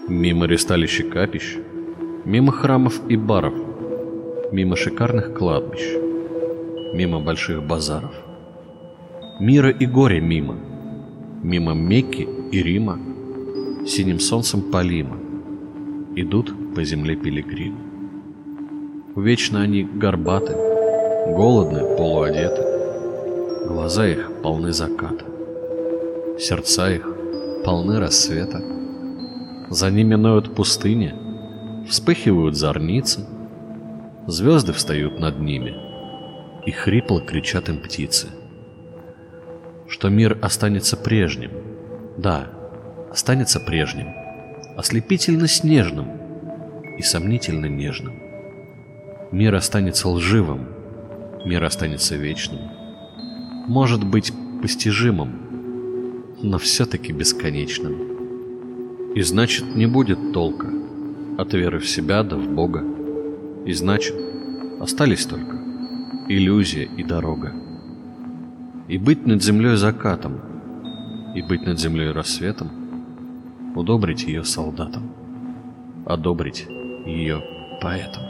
Мимо ристалищ и капищ, мимо храмов и баров, мимо шикарных кладбищ, мимо больших базаров. Мира и горя мимо, мимо Мекки и Рима, синим солнцем Палима идут по земле пилигримы. Вечно они горбаты, голодны, полуодеты, глаза их полны заката, сердца их полны рассвета. За ними ноют пустыни, вспыхивают зорницы, звезды встают над ними, и хрипло кричат им птицы. Что мир останется прежним, да, останется прежним, ослепительно снежным и сомнительно нежным. Мир останется лживым, мир останется вечным, может быть постижимым, но все-таки бесконечным. И значит, не будет толка от веры в себя да в Бога. И значит, остались только иллюзия и дорога. И быть над землей закатом, и быть над землей рассветом, удобрить ее солдатам, одобрить ее поэтам.